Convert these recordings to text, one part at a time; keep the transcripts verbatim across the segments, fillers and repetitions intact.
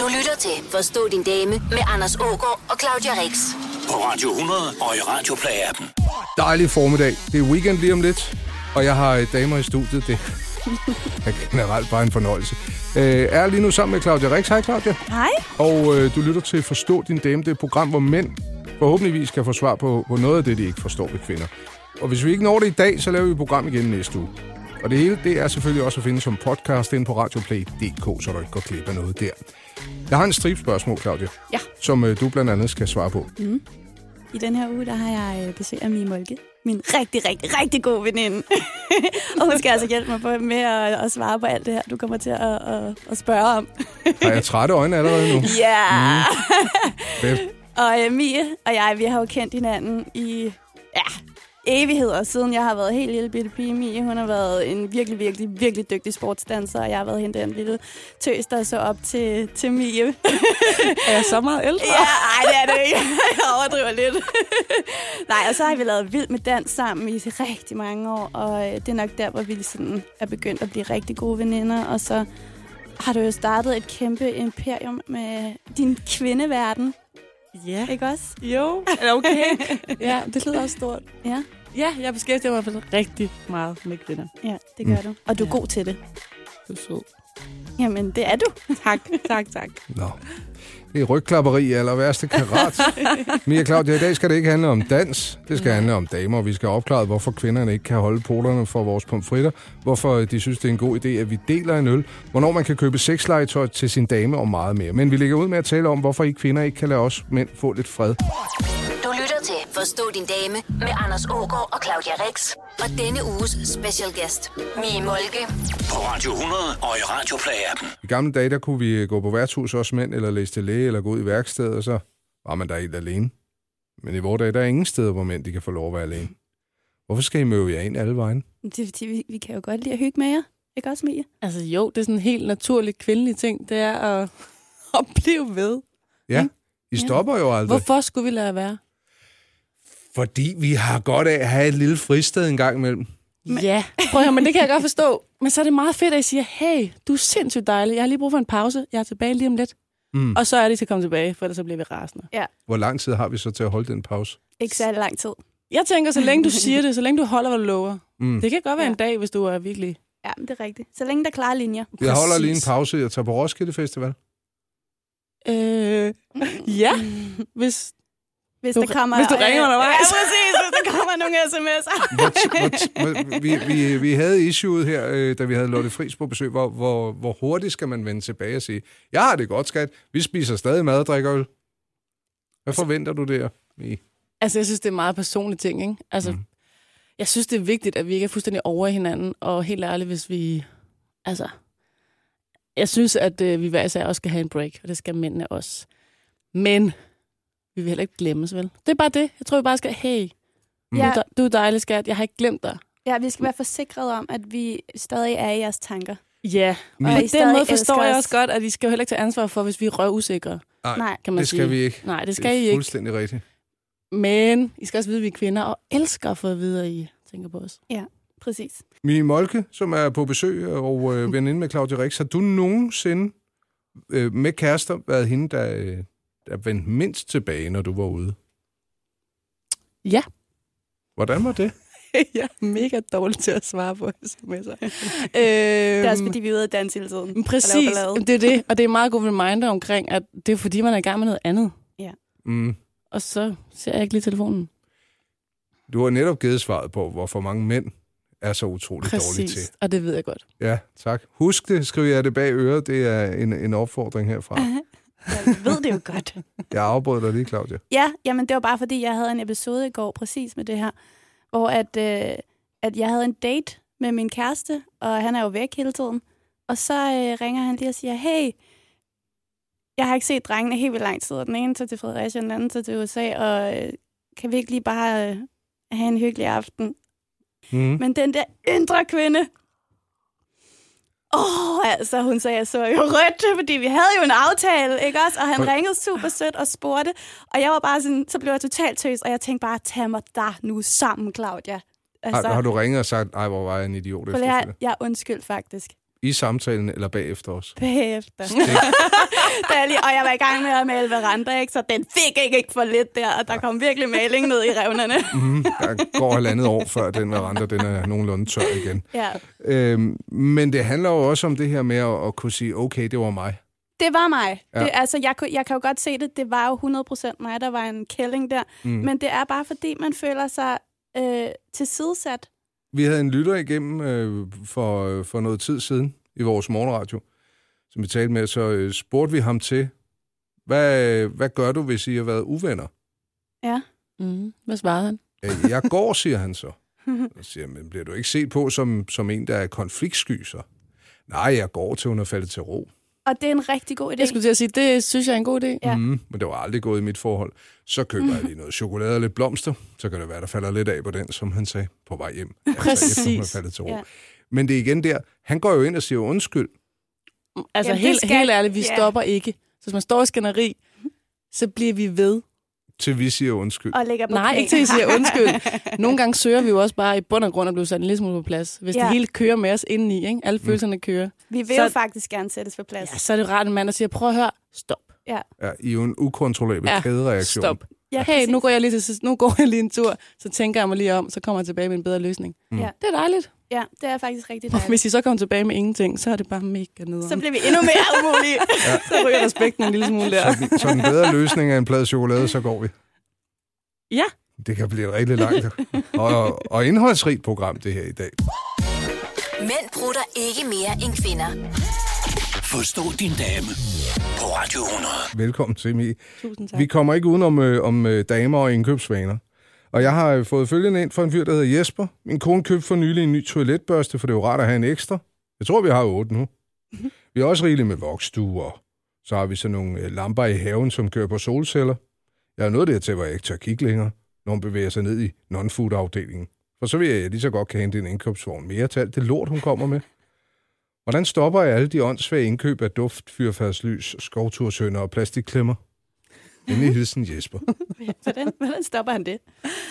lytter til Forstå din dame med Anders Aagaard og Claudia Rix. På Radio hundrede og i Radioplay-appen. Dejlig formiddag. Det er weekend lige om lidt, og jeg har damer i studiet. Det er generelt bare en fornøjelse. Jeg er lige nu sammen med Claudia Rix. Hej Claudia. Hej. Og øh, du lytter til Forstå din dame. Det er et program, hvor mænd forhåbentligvis kan få svar på, på noget af det, de ikke forstår ved kvinder. Og hvis vi ikke når det i dag, så laver vi et program igen næste uge. Og det hele, det er selvfølgelig også at finde som podcast inde på radioplay punktum d k, så du ikke går glip af noget der. Jeg har en stribe spørgsmål, Claudia, ja. som øh, du blandt andet skal svare på. Mm. I den her uge, der har jeg besøg af Mie Molke. Min rigtig, rigtig, rigtig god veninde. Og hun skal altså hjælpe mig på, med at, at svare på alt det her, du kommer til at, at, at spørge om. Har jeg trætte øjne allerede nu? Ja! Mm. Og uh, Mie og jeg, vi har jo kendt hinanden i ja, evigheder, siden jeg har været helt lille bitte pige. Mie, hun har været en virkelig, virkelig, virkelig dygtig sportsdanser, og jeg har været hende den lille tøs, der så op til, til Mie. Er jeg så meget ældre? Ja, ej, det er det ikke. Jeg overdriver lidt. Nej, og så har vi lavet Vild med dans sammen i rigtig mange år, og det er nok der, hvor vi sådan er begyndt at blive rigtig gode veninder, og så har du jo startet et kæmpe imperium med din kvindeverden. Ja. Ikke også? Jo, okay. Ja, det lyder også stort. Ja. Ja, jeg beskæftiger mig for rigtig meget med kvinder. Ja, det gør Mm. du. Og du er Ja. god til det. Du er sød. Jamen, det er du. Tak, tak, tak. Nå. Det er rygklapperi i aller værste karat. Mia Claudia, i dag skal det ikke handle om dans. Det skal handle om damer. Vi skal opklare, hvorfor kvinderne ikke kan holde polerne for vores pomfritter. Hvorfor de synes, det er en god idé, at vi deler en øl. Hvornår man kan købe sexlegetøj til sin dame og meget mere. Men vi lægger ud med at tale om, hvorfor I kvinder ikke kan lade os mænd få lidt fred. Du lytter til Forstå din dame med Anders Aagaard og Claudia Rix. Og denne uges special guest, Mie Molke. På Radio hundrede og i Radioplay-appen. I gamle dage, der kunne vi gå på værtshus også mænd, eller læse til læge, eller gå ud i værkstedet, og så var man der helt alene. Men i vores dage, der er ingen steder, hvor mænd de kan få lov at være alene. Hvorfor skal I møde jer ind alle vejen? Det er fordi, vi, vi kan jo godt lide at hygge med jer. Ikke også, Mie? Altså jo, det er sådan en helt naturlig kvindelig ting. Det er at, at blive ved. Ja, I stopper jo aldrig. Hvorfor skulle vi lade være? Fordi vi har godt af at have et lille fristed en gang imellem. Men... Ja, prøv at høre, men det kan jeg godt forstå. Men så er det meget fedt, at I siger, hey, du er sindssygt dejlig. Jeg har lige brug for en pause. Jeg er tilbage lige om lidt. Mm. Og så er det til at komme tilbage, for ellers så bliver vi rasende. Ja. Hvor lang tid har vi så til at holde den pause? Ikke særlig lang tid. Jeg tænker, så længe du siger det, så længe du holder, hvad du lover. Mm. Det kan godt være Ja. en dag, hvis du er virkelig... Ja, men det er rigtigt. Så længe der er klare linjer. Jeg holder Præcis. lige en pause, jeg tager på Roskilde Festival. Øh, ja, hvis... Hvis, Du- der kommer, hvis du ringer undervejs. Ja, præcis. Hvis der kommer nogle sms'er. Hvor t- hvor t- hvor- vi, vi, vi havde issueet her, øh, da vi havde Lotte Friis på besøg, hvor, hvor, hvor hurtigt skal man vende tilbage og sige, jeg har det godt, skat. Vi spiser stadig mad og drikker øl. Hvad forventer du der? I? Altså, jeg synes, det er meget personlige ting, ikke? Altså, mm. jeg synes, det er vigtigt, at vi ikke er fuldstændig over i hinanden, og helt ærligt, hvis vi... Altså, jeg synes, at øh, vi hver især også skal have en break, og det skal mændene også. Men vi vil heller ikke glemmes, vel? Det er bare det. Jeg tror, vi bare skal, hey, Mm. du, Ja. er dej- du er dejlig, skat. Jeg har ikke glemt dig. Ja, vi skal være forsikret om, at vi stadig er i jeres tanker. Ja, Mm. og Og på I den stadig måde forstår elsker jeg os. også godt, at I skal jo heller ikke tage ansvar for, hvis vi er røvusikre, Nej, Nej. kan man det sige. skal vi ikke. Nej, det skal det I er ikke. fuldstændig rigtigt. Men I skal også vide, at vi er kvinder, og elsker at få at vide, at I tænker på os. Præcis. Mie Molke, som er på besøg og øh, veninde med Claudia Rix, har du nogensinde øh, med kærester været hende, der, øh, der vendte mindst tilbage, når du var ude? Ja. Hvordan var det? Jeg er mega dårlig til at svare på sms'er. øhm, Det er også, fordi vi er ude at danse hele tiden. Præcis, Og lave ballade. det er det. Og det er en meget god reminder omkring, at det er fordi, man er i gang med noget andet. Mm. Og så ser jeg ikke lige telefonen. Du har netop givet svaret på, hvorfor mange mænd er så utroligt dårlige til. Præcis, og det ved jeg godt. Ja, tak. Husk det, skriver jeg det bag øret. Det er en, en opfordring herfra. Jeg ved det jo godt. Jeg afbrød dig lige, Claudia. Ja, jamen det var bare fordi, jeg havde en episode i går præcis med det her, hvor at, øh, at jeg havde en date med min kæreste, og han er jo væk hele tiden. Og så øh, ringer han lige og siger, hey, jeg har ikke set drengene helt vildt lang tid, og den ene tager til Fredericia, den anden tager til U S A, og øh, kan vi ikke lige bare øh, have en hyggelig aften? Mm. Men den der indre kvinde, åh, oh, altså, hun sagde, jeg så jo rødt, fordi vi havde jo en aftale, ikke også? Og han ringede super sødt og spurgte, og jeg var bare sådan, så blev jeg totalt tøs, og jeg tænkte bare, tag mig der nu sammen, Claudia. Altså, Har, har du ringet og sagt, ej, hvor var jeg en idiot jeg, efterfølgende? jeg er undskyld, faktisk. I samtalen eller bagefter os? Bagefter. Der lige, og jeg var i gang med at male veranda, ikke? Så den fik ikke, ikke for lidt der, og der kom virkelig maling ned i revnerne. Mm, der går halvandet år, før den veranda den er nogenlunde tør igen. Ja. Øhm, men det handler jo også om det her med at, at kunne sige, okay, det var mig. Det var mig. Ja. Det, altså, jeg, jeg kan jo godt se det. Det var jo hundrede procent mig, der var en kælling der. Mm. Men det er bare fordi, man føler sig øh, tilsidesat. Vi havde en lytter igennem øh, for, for noget tid siden i vores morgenradio, som vi talte med, så øh, spurgte vi ham til, hvad, hvad gør du, hvis I har været uvenner? Ja. Mm. Hvad svarede han? Øh, jeg går, siger han så. Jeg siger, men bliver du ikke set på som, som en, der er konfliktsky, så? Nej, jeg går til, hun er faldet til ro. Og det er en rigtig god idé. Jeg skulle til at sige, det synes jeg er en god idé. Ja. Mm, men det var aldrig gået i mit forhold. Så køber jeg lige noget chokolade og lidt blomster. Så kan det være, der falder lidt af på den, som han sagde, på vej hjem. Præcis. Altså, efter hun er faldet til ro. Ja. Men det er igen der. Han går jo ind og siger undskyld. Altså Jamen, helt, skal... helt ærligt, vi ja. stopper ikke. Så hvis man står i skænderi, så bliver vi ved. Til vi siger undskyld. Og lægger på Nej, knæ. ikke til at sige undskyld. Nogle gange søger vi jo også bare i bund og grund at blive sat en lille smule på plads. Hvis ja. det hele kører med os indeni, ikke? Alle følelserne kører. Vi vil så... jo faktisk gerne sættes på plads. Ja, så er det rart en mand, der siger, prøv at høre, stop. Ja. Ja, I er jo en ukontrollabel ja. kædereaktion. Stop. Ja, hey, nu går, jeg lige til, nu går jeg lige en tur, så tænker jeg mig lige om, så kommer jeg tilbage med en bedre løsning. Mm. Ja. Det er dejligt. Ja, det er faktisk rigtig Og dejligt. hvis I så kommer tilbage med ingenting, så er det bare mega nederen. Så bliver vi endnu mere umulige. Ja. Så ryger respekten en lille smule der. Så, så en bedre løsning af en plade chokolade, så går vi. Ja. Det kan blive et rigtig langt og, og indholdsrigt program, det her i dag. Mænd prutter ikke mere end kvinder. Forstå din dame på Radio hundrede. Velkommen til, Mie. Tusind tak. Vi kommer ikke udenom øh, om øh, damer og indkøbsvaner. Og jeg har øh, fået følgende ind fra en fyr, der hedder Jesper. Min kone købte for nylig en ny toiletbørste, for det er jo rart at have en ekstra. Jeg tror, vi har otte nu. Mm-hmm. Vi er også rigeligt med voksduer. Så har vi så nogle øh, lamper i haven, som kører på solceller. Jeg er nået dertil, hvor jeg ikke tør kigge længere, når hun bevæger sig ned i non-food-afdelingen. For så vil jeg lige så godt kan hente en indkøbsvogn mere til alt det lort, hun kommer med. Hvordan stopper jeg alle de åndssvage indkøb af duft, fyrfærdslys, skovtursønder og plastikklemmer? Endelig hilsen Jesper. Hvordan, hvordan stopper han det?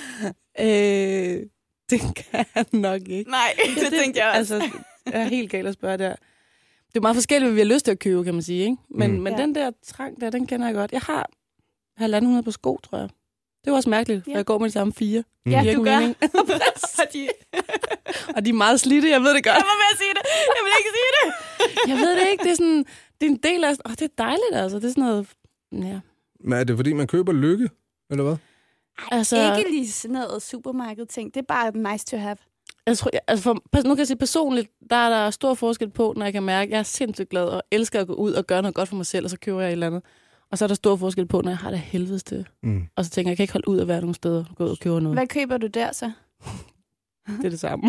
Øh, det kan han nok ikke. Nej, det, det tænkte jeg også. Altså, jeg er helt galt at spørge der. Det er meget forskelligt, hvad vi har lyst til at købe, kan man sige. Ikke? Men, mm. men ja. den der trang der, den kender jeg godt. Jeg har halvanden hundrede på sko, tror jeg. Det er også mærkeligt, for ja. jeg går med de samme fire. Mm. Ja, du gør. og, de, og de er meget slidte, jeg ved det godt. Jeg må med at sige det. Jeg vil ikke sige det. Jeg ved det ikke. Det er sådan, det er en del af... Åh, det er dejligt, altså. Det er sådan noget... Ja. Men er det, fordi man køber lykke, eller hvad? Altså, ikke lige sådan noget supermarked-ting. Det er bare nice to have. Jeg tror, jeg, altså for, nu kan jeg sige personligt, der er der stor forskel på, når jeg kan mærke, at jeg er sindssygt glad og elsker at gå ud og gøre noget godt for mig selv, og så køber jeg et eller andet. Og så er der stor forskel på, når jeg har det helvedes til. Mm. Og så tænker jeg, jeg kan ikke holde ud at være nogle steder og gå ud og købe noget. Hvad køber du der så? Det er det samme.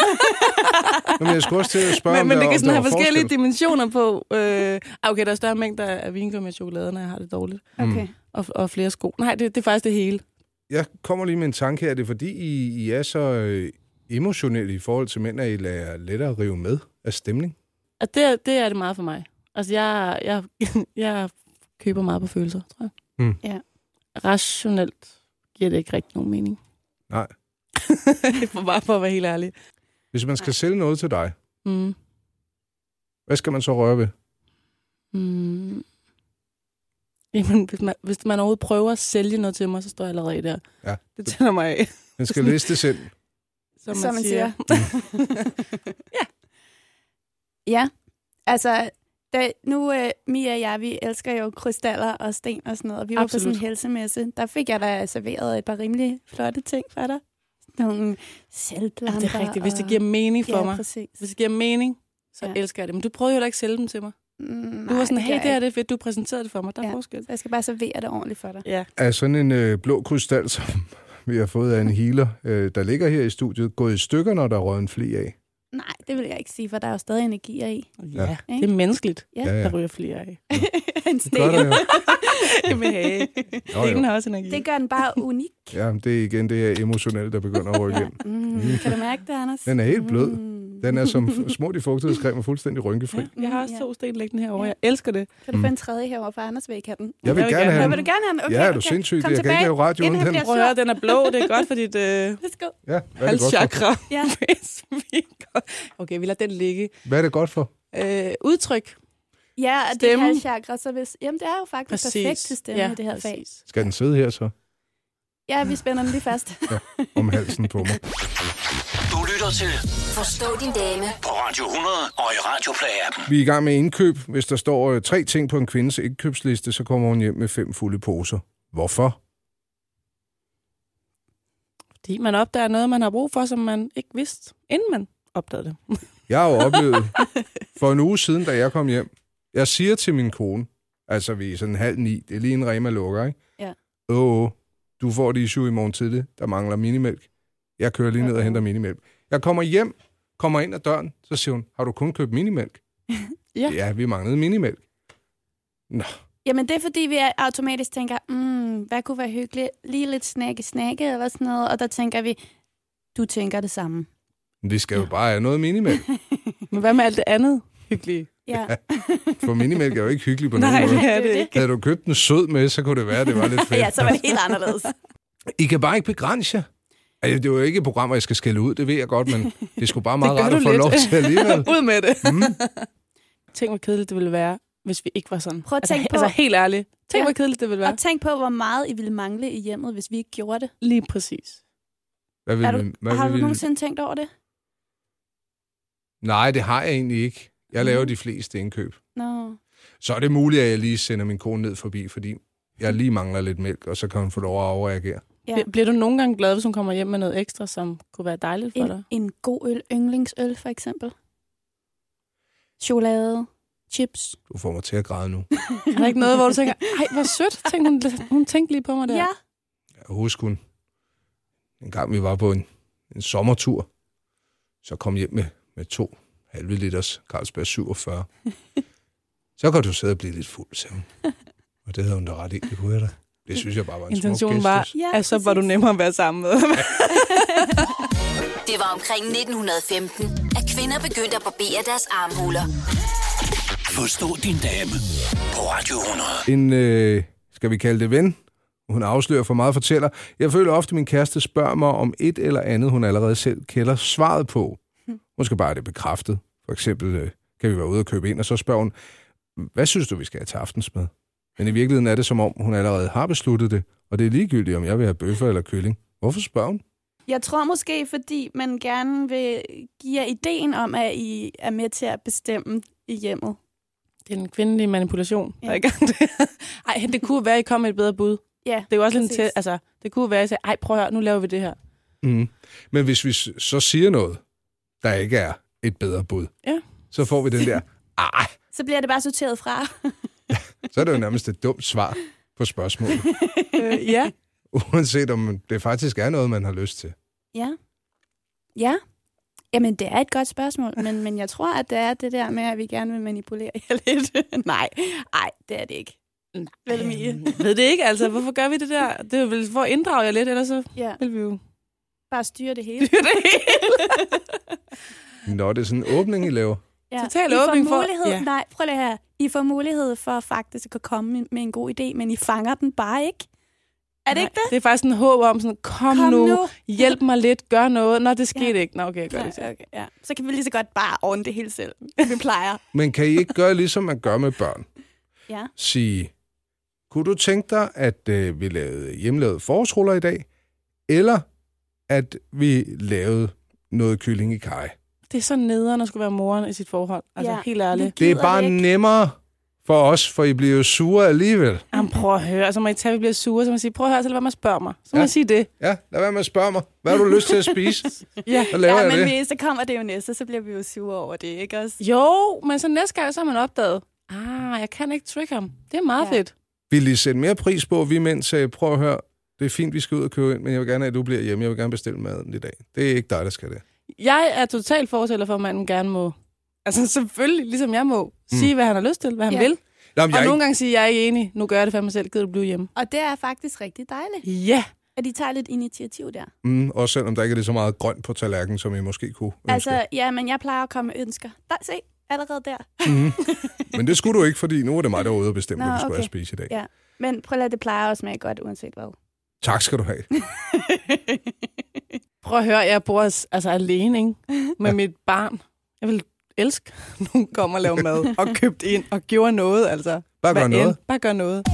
Men jeg skulle også til at spørge, men, om men der, det kan sådan have forskel. forskellige dimensioner på. Øh, okay, der er større mængder af vinkøb med chokolade, når jeg har det dårligt. Okay. Og, og flere sko. Nej, det, det er faktisk det hele. Jeg kommer lige med en tanke her. Er det fordi, I, I er så øh, emotionelle i forhold til mænd, at I lader lettere at rive med af stemning? Og det, det er det meget for mig. Altså, jeg, jeg, jeg køber meget på følelser, tror jeg. Mm. Ja. Rationelt giver det ikke rigtig nogen mening. Nej. for bare for at være helt ærlig. Hvis man skal Nej. sælge noget til dig, mm. hvad skal man så røre ved? Mm. Jamen, hvis man, hvis man overhovedet prøver at sælge noget til mig, så står jeg allerede der. Ja. Det tænder mig af. Man skal liste selv. Som man, Som man siger. siger. ja. Ja, altså... Da, nu, uh, Mia og jeg, vi elsker jo krystaller og sten og sådan noget, og vi var Absolut. på sådan en helsemesse. Der fik jeg da serveret et par rimelig flotte ting for dig. Nogle selvlamper. Det er rigtigt, hvis det giver mening for ja, mig. Præcis. Hvis det giver mening, så ja. elsker jeg det. Men du prøvede jo da ikke sælge dem til mig. Mm, du var sådan, hey, det her det er fedt, du præsenterede det for mig. Der er ja. forskel. Så jeg skal bare servere det ordentligt for dig. Ja. Er sådan en øh, blå krystal, som vi har fået af en healer, øh, der ligger her i studiet, gået i stykker, når der er røget en fli af? Nej, det vil jeg ikke sige, for der er jo stadig energier i. Ja, ja. Det er menneskeligt, ja. der ryger flere af. Ja. en sten. Det gør der jo. Jamen, hey. Stenen har også energi. Det gør den bare unik. Ja, det er igen det her emotionelle, der begynder at rykke ind. Mm, kan du mærke det, Anders? Den er helt blød. Den er som smurt i fugtighedscreme og fuldstændig rynkefri. Ja, jeg har også to sten liggende herovre. Jeg elsker det. Kan du få en tredje herovre for Anders væk have den? Jeg vil, jeg vil gerne have den. Vil du gerne have den? Okay, ja, er du okay. sindssygt. Kom jeg kan ikke lave radio uden den. Prøv at høre, den er blå. Det er godt for dit øh, ja, halschakra. Ja. Okay, vi lader den ligge. Hvad er det godt for? øh, udtryk. Ja, og det Stemme. her chakra, så hvis... Jamen, det er jo faktisk Præcis. perfekt til stemme Ja, i det her fag. præcis. Skal den sidde her så? Ja, vi spænder den lige fast. Ja, om halsen på mig. Du lytter til Forstå din dame på Radio hundrede og i Radioplay-appen. Vi er i gang med indkøb. Hvis der står øh, tre ting på en kvindes indkøbsliste, så kommer hun hjem med fem fulde poser. Hvorfor? Fordi man opdager noget, man har brug for, som man ikke vidste, inden man opdagede det. Jeg har jo oplevet for en uge siden, da jeg kom hjem. Jeg siger til min kone, altså vi er sådan halv ni, det er lige en Rema lukker, ikke? Ja. Åh, åh, du får det issue i morgen tidlig, der mangler minimælk. Jeg kører lige ned og henter minimælk. Jeg kommer hjem, kommer ind ad døren, så siger hun, har du kun købt minimælk? Ja. Ja, vi manglede minimælk. Nå, Jamen, det er fordi, vi automatisk tænker, mm, hvad kunne være hyggeligt? Lige lidt snakke-snakke eller sådan noget. Og der tænker vi, du tænker det samme. vi skal jo bare have noget minimælk. Men hvad med alt det andet hyggelige? Ja. For minimælk er jo ikke hyggelig på nogen Nej, måde. det er det ikke. Havde du købt den sød med, så kunne det være, at det var lidt fedt. Ja, så var det helt anderledes. I kan bare ikke begrænse jer. Altså, det er jo ikke et program, hvor jeg skal skælde ud, det ved jeg godt, men det er sgu bare meget Det gør rart at du få lidt. lov til alligevel. Ud med det. Mm. Tænk, hvor kedeligt det ville være, hvis vi ikke var sådan. Prøv at altså, tænke på- altså helt ærligt. Tænk, Ja. hvor kedeligt det ville være. Og tænk på, hvor meget I ville mangle i hjemmet, hvis vi ikke gjorde det. Lige præcis. Hvad vil, Er du, hvad har vil, du nogensinde tænkt over det? Nej, det har jeg egentlig ikke. Jeg Mm. laver de fleste indkøb. Nå. Så er det muligt, at jeg lige sender min kone ned forbi, fordi jeg lige mangler lidt mælk, og så kan hun få lov at overreagere. Ja. Bl- Bliver du nogle gange glad, hvis hun kommer hjem med noget ekstra, som kunne være dejligt for dig? En, en god øl, yndlingsøl for eksempel. Chokolade, chips. Du får mig til at græde nu. Er der ikke noget, hvor du tænker, ej, hvor sødt. Tænk, hun, hun tænkte lige på mig der. Ja. Jeg husker hun, en gang vi var på en, en sommertur, så kom hjem med, med to halve liters Carlsberg syvogfyrre. Så kan du sidde og blive lidt fuld, sagde hun. Og det havde hun da ret i, det kunne jeg da. Det synes jeg bare var en smuk Intentionen var, gestus. Ja, at så var du præcis. nemmere at være sammen med. Det var omkring nitten femten, at kvinder begyndte at barbere deres armhuler. Forstå din dame på Radio hundrede. En, øh, skal vi kalde det ven? Hun afslører for meget fortæller. Jeg føler ofte, at min kæreste spørger mig om et eller andet, hun allerede selv kender svaret på. Hun skal bare have det bekræftet. For eksempel øh, kan vi være ude og købe ind, og så spørger hun, hvad synes du, vi skal have til aftensmad? Men i virkeligheden er det, som om hun allerede har besluttet det, og det er ligegyldigt, om jeg vil have bøffer eller kylling. Hvorfor spørger hun? Jeg tror måske, fordi man gerne vil give jer ideen om, at I er med til at bestemme i hjemmet. Det er en kvindelig manipulation, Ja. der er i gang der. Ej, det kunne være, at I kom med et bedre bud. Ja, Det er jo også lidt præcis. til, altså, det kunne være, at I sagde, ej, prøv at høre, nu laver vi det her. Mm. Men hvis vi s- så siger noget, der ikke er et bedre bud, Ja. så får vi den der, ah, Så bliver det bare sorteret fra. så er det jo nærmest et dumt svar på spørgsmålet. øh, ja. Uanset om det faktisk er noget, man har lyst til. Ja. Ja. Jamen, det er et godt spørgsmål, men, men jeg tror, at det er det der med, at vi gerne vil manipulere jer lidt. Nej, nej, det er det ikke. Vel, Mie? Jeg ved det ikke, altså. Hvorfor gør vi det der? Det er vel for at inddrage jer lidt, ellers så Ja, vil vi jo bare styre det hele. styre det hele. Nå, det er sådan en åbning, I laver. Ja. Total I får åbning for- mulighed, ja. Nej, prøv lige her. I får mulighed for faktisk at komme med en god idé, men I fanger den bare ikke. Er det Nej, ikke det? Det er faktisk en håb om sådan, kom, Kom nu, nu. hjælp mig lidt, gør noget. Nå, det skete Ja. ikke. Nå, okay, jeg gør det Nej, selv. okay, ja. Så kan vi lige så godt bare ordne det hele selv. Vi plejer. Men kan I ikke gøre, ligesom man gør med børn? Ja. Sige, kunne du tænke dig, at øh, vi lavede hjemmelavede forårsruller i dag? Eller at vi lavede noget kylling i kaj? Det er så nederen at skulle være moren i sit forhold. Altså, Ja. helt ærligt. Det er Gider bare det ikke. nemmere for os, for I bliver jo sure alligevel. Jamen, prøv at høre. Så må I tage, at vi bliver sure. Så må I sige, prøv at høre, så lad være med at spørge mig. Så må Ja. jeg sige det. Ja, lad være med at spørge mig. Hvad har du lyst til at spise? Ja. Så laver Ja, jeg men det. vi, så kommer det jo næste, så bliver vi jo sure over det, ikke også? Jo, men så næste gang, så har man opdaget, ah, jeg kan ikke trick ham. Det er meget Ja. fedt. Vil I sætte mere pris på, at vi mænd sagde, prøv at høre, det er fint, vi skal ud og købe ind, men jeg vil gerne have, at du bliver hjemme. Jeg vil gerne bestille maden i dag. Det er ikke dig, der skal det. Jeg er totalt fortæller for, at manden gerne må, altså selvfølgelig, ligesom jeg må, sige, hvad han har lyst til, hvad han Ja. vil. Jamen, Og jeg er nogle ikke... gange siger jeg er ikke enig. Nu gør jeg det for mig selv. Gider du blive hjemme? Og det er faktisk rigtig dejligt, Ja. at de tager lidt initiativ der. Mm, også selvom der ikke er lige så meget grønt på tallerkenen, som I måske kunne ønske. Altså, ja, men jeg plejer at komme med ønsker. Der, se, allerede der. Men det skulle du ikke, fordi nu er det mig, der er ude og bestemme, Nå, hvad vi skulle okay. have spise i dag. Ja. Men prøv at lade det plejer også smage godt, uanset hvad. Tak skal du have. Prøv at høre, jeg bor altså alene, ikke? Med mit barn. Jeg vil elske, at nogen kom og lavede mad og købte ind og gjorde noget. Altså. Bare gør noget. End, bare gør noget.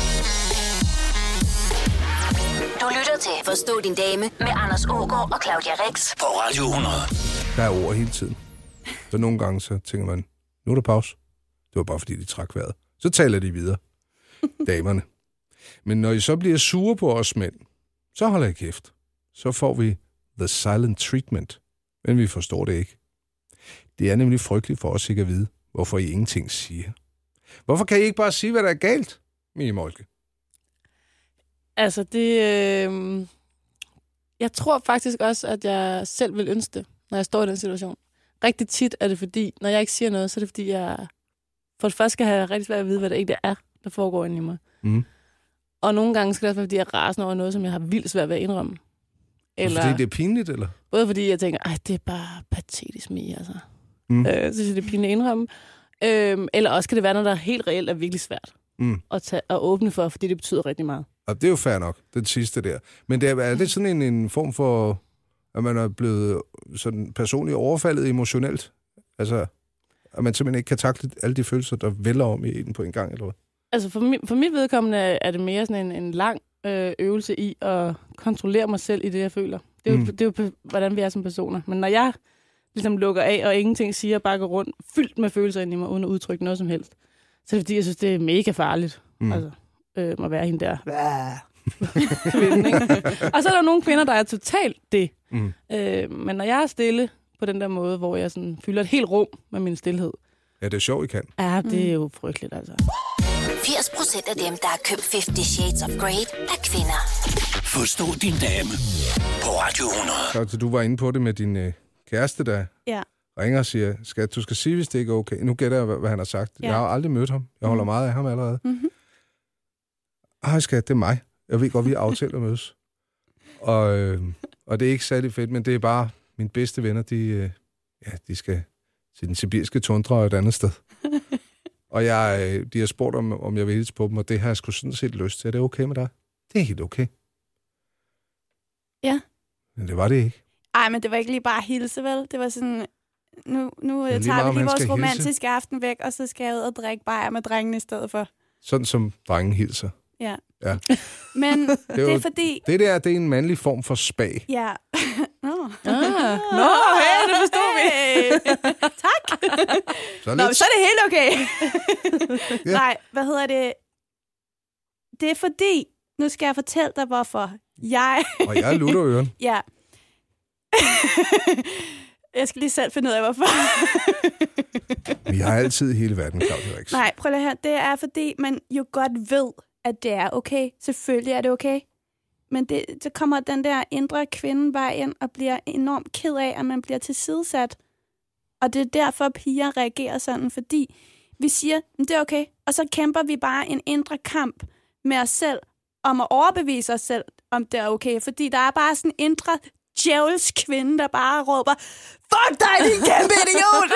Du lytter til Forstå din dame med Anders Aagaard og Claudia Rex På Radio hundrede. Der er ord hele tiden. Så nogle gange så tænker man, nu er der pause. Det var bare fordi, de trak vejret. Så taler de videre. Damerne. Men når I så bliver sure på os mænd, så holder I kæft. Så får vi the silent treatment. Men vi forstår det ikke. Det er nemlig frygteligt for os ikke at vide, hvorfor I ingenting siger. Hvorfor kan I ikke bare sige, hvad der er galt, Mie Moltke? Altså, det... Øh... Jeg tror faktisk også, at jeg selv vil ønske det, når jeg står i den situation. Rigtig tit er det fordi, når jeg ikke siger noget, så er det fordi, jeg for det første skal have rigtig svært at vide, hvad det egentlig er, der foregår inde i mig. Mm. Og nogle gange skal det også være, fordi jeg er rasende over noget, som jeg har vildt svært ved at indrømme. Eller, fordi det er pinligt, eller? Både fordi jeg tænker, ej, det er bare patetisk Mie, altså. Mm. Øh, så synes jeg, det er pinligt at indrømme. Øhm, eller også kan det være noget, der er helt reelt er virkelig svært mm. at, tage, at åbne for, fordi det betyder rigtig meget. Og det er jo fair nok, den sidste der. Men det er, er det sådan en, en form for, at man er blevet sådan personligt overfaldet emotionelt? Altså, at man simpelthen ikke kan takle alle de følelser, der vælger om i den på en gang, eller hvad? Altså, for, mi- for mit vedkommende er det mere sådan en, en lang øh, øvelse i at kontrollere mig selv i det, jeg føler. Det er, mm. jo, det er jo, hvordan vi er som personer. Men når jeg ligesom lukker af, og ingenting siger, bare går rundt, fyldt med følelser ind i mig, uden at udtrykke noget som helst, så er det fordi, jeg synes, det er mega farligt. Mm. Altså, øh, at være hende der. Kvinden, ikke? Og så er der nogle kvinder, der er totalt det. Mm. Øh, men når jeg er stille på den der måde, hvor jeg sådan fylder et helt rum med min stillhed. Ja, det er sjovt, I kan. Ja, det er jo frygteligt, altså. firs procent af dem, der har købt Fifty Shades of Grey, er kvinder. Forstå din dame på Radio hundrede. Så du var inde på det med din øh, kæreste, der ja. ringer og siger, skat, du skal sige, hvis det ikke er okay. Nu gætter jeg, hvad, hvad han har sagt. Ja. Jeg har aldrig mødt ham. Jeg holder mm. meget af ham allerede. Mm-hmm. Ej, skat, det er mig. Jeg ved godt, vi har aftalt at mødes. Og, øh, og det er ikke særlig fedt, men det er bare mine bedste venner, de, øh, ja, de skal til den sibiriske tundra og et andet sted. Og jeg, de har spurgt, om, om jeg vil hilse på dem, og det har jeg sgu sådan set lyst til. Er det okay med dig? Det er helt okay. Ja. Men det var det ikke. Ej, men det var ikke lige bare hilse, vel? Det var sådan, nu, nu tager meget, vi lige vores romantiske hilse. Aften væk, og så skal jeg ud og drikke bajer med drengene i stedet for. Sådan som drengen hilser. Ja. ja. Men det er, det er fordi... Det der, det er en mandlig form for spag. Ja. Nå. Ah. Nå, hey, det forstår vi. Tak. Så Nå, så er det helt okay. ja. Nej, hvad hedder det? Det er fordi, nu skal jeg fortælle dig, hvorfor jeg... Og jeg lutter øren. Ja. Jeg skal lige selv finde ud af, hvorfor. Vi har altid hele verden, Claudia Rex. Nej, prøv lige her. Det er, fordi man jo godt ved, at det er okay. Selvfølgelig er det okay. Men det, så kommer den der indre kvinde bare ind og bliver enormt ked af, at man bliver tilsidesat. Og det er derfor, piger reagerer sådan, fordi vi siger, at det er okay. Og så kæmper vi bare en indre kamp med os selv, om at overbevise os selv, om det er okay. Fordi der er bare sådan en indre djævels kvinde, der bare råber, fuck dig, din kæmpe idiot!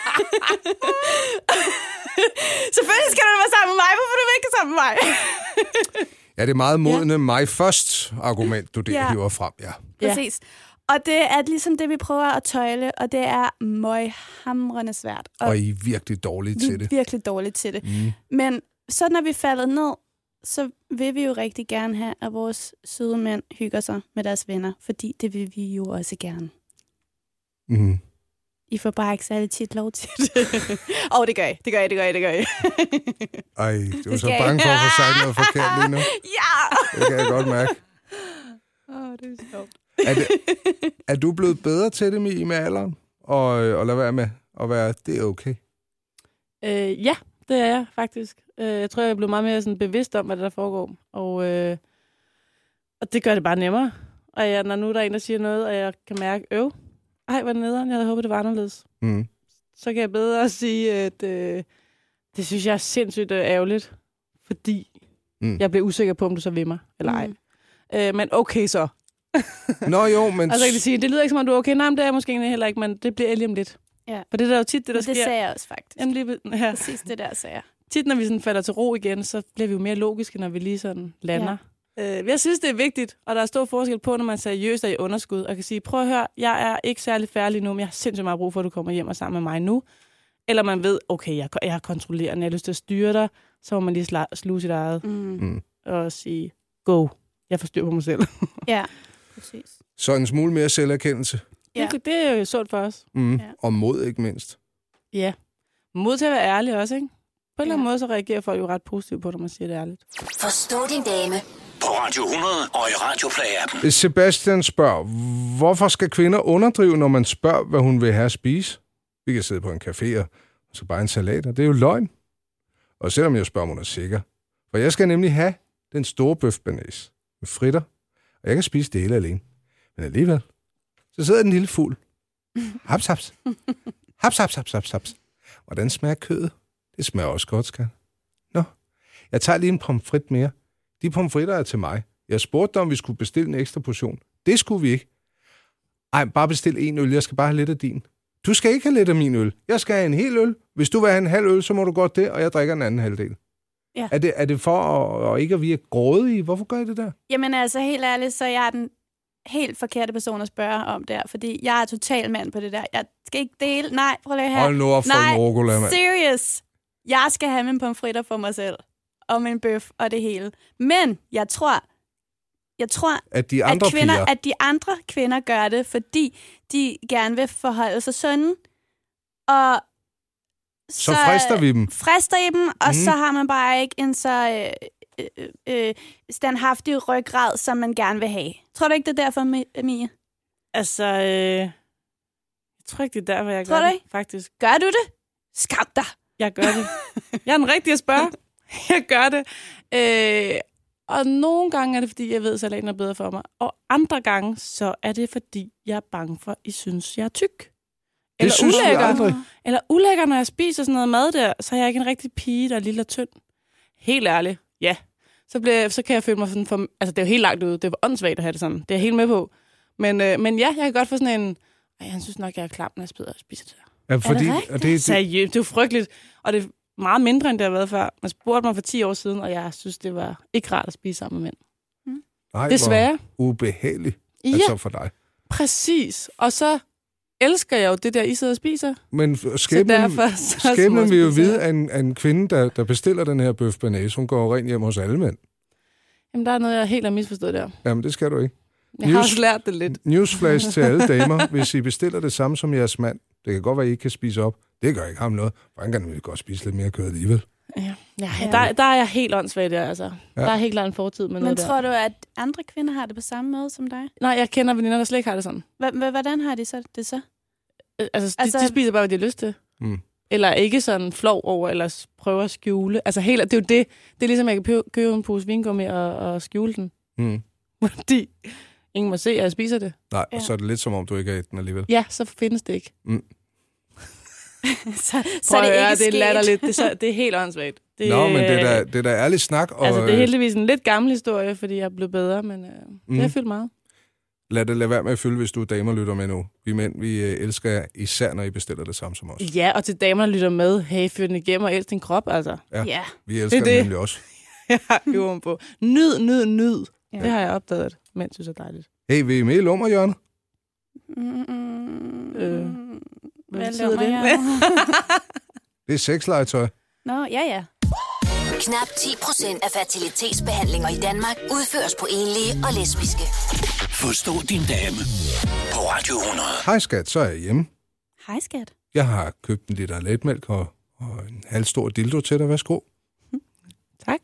Selvfølgelig skal du være sammen med mig. Hvorfor er du ikke sammen med mig? Ja, det er meget modne ja. mig først argument, du der ja. hiver frem. Ja, præcis. Og det er ligesom det, vi prøver at tøjle, og det er møghamrende svært. Og, og I er virkelig dårlige til det. Vi er virkelig dårlige til det. Mm. Men så når vi falder ned, så vil vi jo rigtig gerne have, at vores søde mænd hygger sig med deres venner, fordi det vil vi jo også gerne. Mm. I får bare ikke særlig tit lov til det. Åh, oh, det gør I, det gør I, det gør I, det gør I. Ej, du er så bange for at få sagt noget forkert lige nu. Ja! Det kan jeg godt mærke. Åh, oh, det er sjovt. Er, det, er du blevet bedre til det med, med alderen? Og, og lade være med at være, det er okay? Øh, ja, det er jeg faktisk. Jeg tror, jeg er blevet meget mere sådan bevidst om, hvad der foregår. Og, øh, og det gør det bare nemmere. Og jeg, når nu der er en, der siger noget, og jeg kan mærke, øv, ej, hvor er det nederen, jeg havde håbet, det var anderledes. Mm. Så kan jeg bedre sige, at øh, det synes jeg er sindssygt ærgerligt, fordi mm. jeg bliver usikker på, om du så vil mig, eller ej. Mm. Øh, men okay så. Nå jo, men... Og så kan de sige, det lyder ikke som om du er okay. Nej, men det er måske egentlig heller ikke, men det bliver lige om lidt. Ja. For det der er jo tit, det der det sker. Det sagde jeg også faktisk. Jamen, lige, ja. Præcis det der sagde jeg. Tit, når vi sådan falder til ro igen, så bliver vi jo mere logiske, når vi lige sådan lander. Øh, jeg synes, det er vigtigt, og der er stor forskel på, når man seriøst er i underskud, og kan sige, prøv at høre, jeg er ikke særlig færdig nu, men jeg har sindssygt meget brug for, at du kommer hjem og sammen med mig nu. Eller man ved, okay, jeg, jeg er kontrollerende, jeg har lyst til at styre dig, så må man lige sla, sluge sit eget Mm. Mm. og sige, go, jeg får styr på mig selv. Ja, præcis. Så en smule mere selverkendelse. Ja. Det, det er jo sundt for os. Mm. Ja. Og mod, ikke mindst. Ja. Mod til at være ærlig også, ikke? På en eller anden Ja. måde, så reagerer folk jo ret positivt på, når man siger det ærligt. Forstå din dame På Radio hundrede og i Radioplay-appen. Sebastian spørger, hvorfor skal kvinder underdrive, når man spørger, hvad hun vil have at spise? Vi kan sidde på en café og så bare en salat, og det er jo løgn. Og selvom jeg spørger, om hun er sikker. For jeg skal nemlig have den store bøf bearnaise med fritter, og jeg kan spise det hele alene. Men alligevel, så sidder den lille fugl. Haps, haps. Haps, haps, haps, haps, haps. Hvordan smager kødet? Det smager også godt, skat. Nå, jeg tager lige en pomfrit mere. De pomfritter er til mig. Jeg spurgte dig, om vi skulle bestille en ekstra portion. Det skulle vi ikke. Ej, bare bestil en øl. Jeg skal bare have lidt af din. Du skal ikke have lidt af min øl. Jeg skal have en hel øl. Hvis du vil have en halv øl, så må du godt det, og jeg drikker en anden halvdel. Ja. Er det, er det for at, at ikke at virke grådige? Hvorfor gør I det der? Jamen altså, helt ærligt, så jeg er den helt forkerte person at spørge om der, fordi jeg er total mand på det der. Jeg skal ikke dele. Nej, prøv lige her. Hold nu op for Nej, en rucola, mand. serious. Jeg skal have min pomfritter for mig selv. Og min bøf og det hele. Men jeg tror, jeg tror, At de andre at, kvinder, piger... at de andre kvinder gør det, fordi de gerne vil forholde sig sunde. Og Så frister vi dem. Frister I dem, og Mm. så har man bare ikke en så øh, øh, øh, standhaftig ryggrad, som man gerne vil have. Tror du ikke, det er derfor, Mi- Mie? Altså, øh, jeg tror ikke, det er derfor, jeg Tror gør du det, ikke? faktisk. Gør du det? Skam dig! Jeg gør det. Jeg er den rigtige at spørge. Jeg gør det. Øh, og nogle gange er det, fordi jeg ved, at salaten er bedre for mig. Og andre gange, så er det, fordi jeg er bange for, at I synes, jeg er tyk. Eller synes vi ulækker. aldrig. Eller ulækker, når jeg spiser sådan noget mad der, så er jeg ikke en rigtig pige, der er lille og tynd. Helt ærligt, ja. Så, bliver, så kan jeg føle mig sådan for... Altså, det er jo helt langt ude. Det var åndssvagt at have det sådan. Det er jeg helt med på. Men, øh, men ja, jeg kan godt få sådan en... Ej, han synes nok, jeg er klam, når jeg spiser det der. Ja, fordi, rigtigt? og det, det, Seriøst, det er jo frygteligt. Og det er meget mindre, end det har været før. Man spurgte mig for ti år siden, og jeg synes, det var ikke rart at spise sammen med mænd. nej, Desværre. hvor ubehageligt. Ja, Altså for dig. præcis. Og så elsker jeg jo det der, I sidder og spiser. Men Så skæbnen, derfor... Så skæbnen vil jo småspiser vide, jeg. at en, at en kvinde, der, der bestiller den her bøf bearnaise, hun går rent hjem hos alle mænd. Jamen, der er noget, jeg helt har misforstået der. Jamen, det skal du ikke. Jeg har News- også lært det lidt. Newsflash til alle damer. Hvis I bestiller det samme som jeres mand, det kan godt være, at I ikke kan spise op. Det gør ikke ham noget. Hvordan kan man godt spise lidt mere kød alligevel? Ja, ja der, der er jeg helt åndssvagt der, altså. Ja. Der er helt klart en fortid med Men noget der. tror du, at andre kvinder har det på samme måde som dig? Nej, jeg kender veninder, der slet ikke har det sådan. H- h- hvordan har de så det så? Øh, Altså, de, Altså- de spiser bare, hvad de har lyst til. Mm. Eller ikke sådan flov over, eller s- prøver at skjule. Altså, helt, det er jo det. Det er ligesom, at jeg kan pø- købe en pose vingummi og, og skjule den. Mm. Fordi ingen må se, at jeg spiser det. Nej, Ja. og så er det lidt som om, du ikke har et den alligevel. Ja, så findes det ikke. så, så Prøv er det at høre, ikke det er sket. latterligt. Det er, så, det er helt åndssvagt. Det, Nå, men det er da, det er da ærlig snak. Og, Altså, det er øh, heldigvis en lidt gammel historie, fordi jeg er blevet bedre, men øh, mm. det har fyldt meget. Lad det lade være med at fylde, hvis du damer lytter med nu. Vi mænd, vi øh, elsker jer, især når I bestiller det samme som os. Ja, og til damer, der lytter med, hey, fyr den igennem og elsk din krop, altså. Ja. Ja. Vi elsker Det det er det. nemlig også. Jeg har øvet på. Nyd, nyd, nyd. Ja. Ja. Det har jeg opdaget, at mænd synes er dejligt. Hey, vil I med i lummer, Jørgen? Mm, Øh, hvad betyder lummer det? jeg? Det er sexlegetøj. Nå, ja, ja. Knap ti procent af fertilitetsbehandlinger i Danmark udføres på enlige og lesbiske. Forstå din dame på Radio hundrede. Hej skat, så er jeg hjemme. Hej, skat. Jeg har købt en liter letmælk og, og en halv stor dildo til dig. Værsgo. Tak.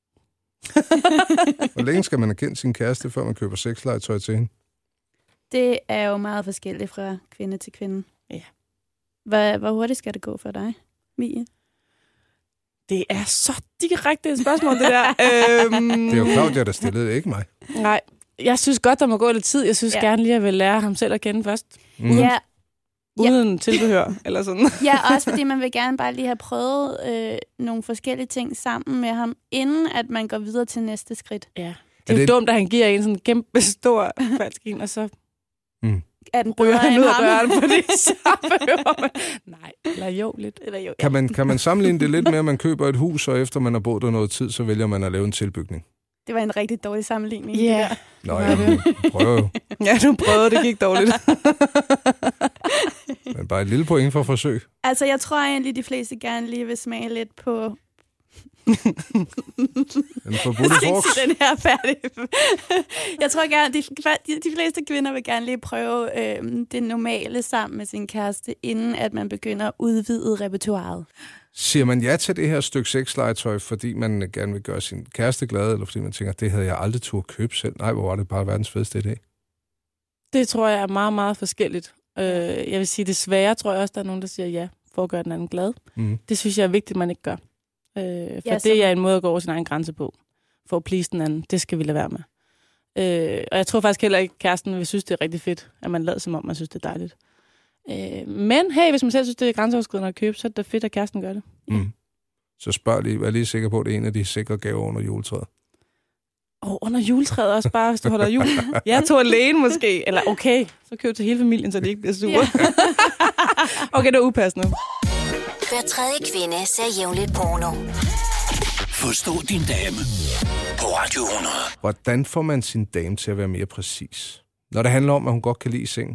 Hvor længe skal man have kendt sin kæreste, før man køber sexlegetøj til hende? Det er jo meget forskelligt fra kvinde til kvinde. Ja. Hvor, hvor hurtigt skal det gå for dig, Mie? Det er så direkte et spørgsmål, det der. øhm, Det er jo Claudia, der stillede det, ikke mig. Nej, jeg synes godt, der må gå lidt tid. Jeg synes Ja. ja. gerne lige, at jeg vil lære ham selv at kende først. Mm. Ja, Ja. Uden tilbehør, eller sådan. ja, også fordi man vil gerne bare lige have prøvet øh, nogle forskellige ting sammen med ham, inden at man går videre til næste skridt. Ja. Det Er er jo det- dumt, at han giver en sådan kæmpe stor falsk en, og så Er den ryger bedre han end ud af ham? døren, fordi så behøver man... Nej, eller jo lidt. Eller jo, ja. Kan man, kan man sammenligne det lidt med, at man køber et hus, og efter man har boet der noget tid, så vælger man at lave en tilbygning? Det var en rigtig dårlig sammenligning. Ja. Yeah. Nå ja, prøv jo. Ja, du prøvede, det gik dårligt. Men bare et lille point for forsøg. Altså, jeg tror egentlig, de fleste gerne lige vil smage lidt på... Den forbudte frugt. Den her færdig. Jeg tror gerne, de, de fleste kvinder vil gerne lige prøve øh, det normale sammen med sin kæreste, inden at man begynder at udvide repertoiret. Siger man ja til det her stykke sexlegetøj, fordi man gerne vil gøre sin kæreste glad, eller fordi man tænker, det havde jeg aldrig turde købe selv? Nej, hvor var det bare verdens fedeste idé. Det tror jeg er meget, meget forskelligt. Øh, jeg vil sige, desværre tror jeg også, der er nogen, der siger ja, for at gøre den anden glad. Mm. Det synes jeg er vigtigt, at man ikke gør. Øh, for ja, det er en måde at gå over sin egen grænse på. For at please den anden, det skal vi lade være med. Øh, og jeg tror faktisk heller ikke, at kæresten vil synes, det er rigtig fedt, at man lader som om, man synes, det er dejligt. Øh, men hey, hvis man selv synes, det er grænseoverskridende at købe, så er det fedt, at kæresten gør det. Ja. Mm. Så spørg lige, vær lige sikker på, at det er en af de sikre gaver under juletræet. Åh, oh, under juletræet også bare, hvis du holder jul. Jeg tog alene måske. Eller okay, så køb til hele familien, så de ikke bliver sure. Ja. Okay, det er upassende. Hver tredje kvinde ser jævnligt porno. Forstå din dame på Radio hundrede. Hvordan får man sin dame til at være mere præcis? Når det handler om, at hun godt kan lide sengen.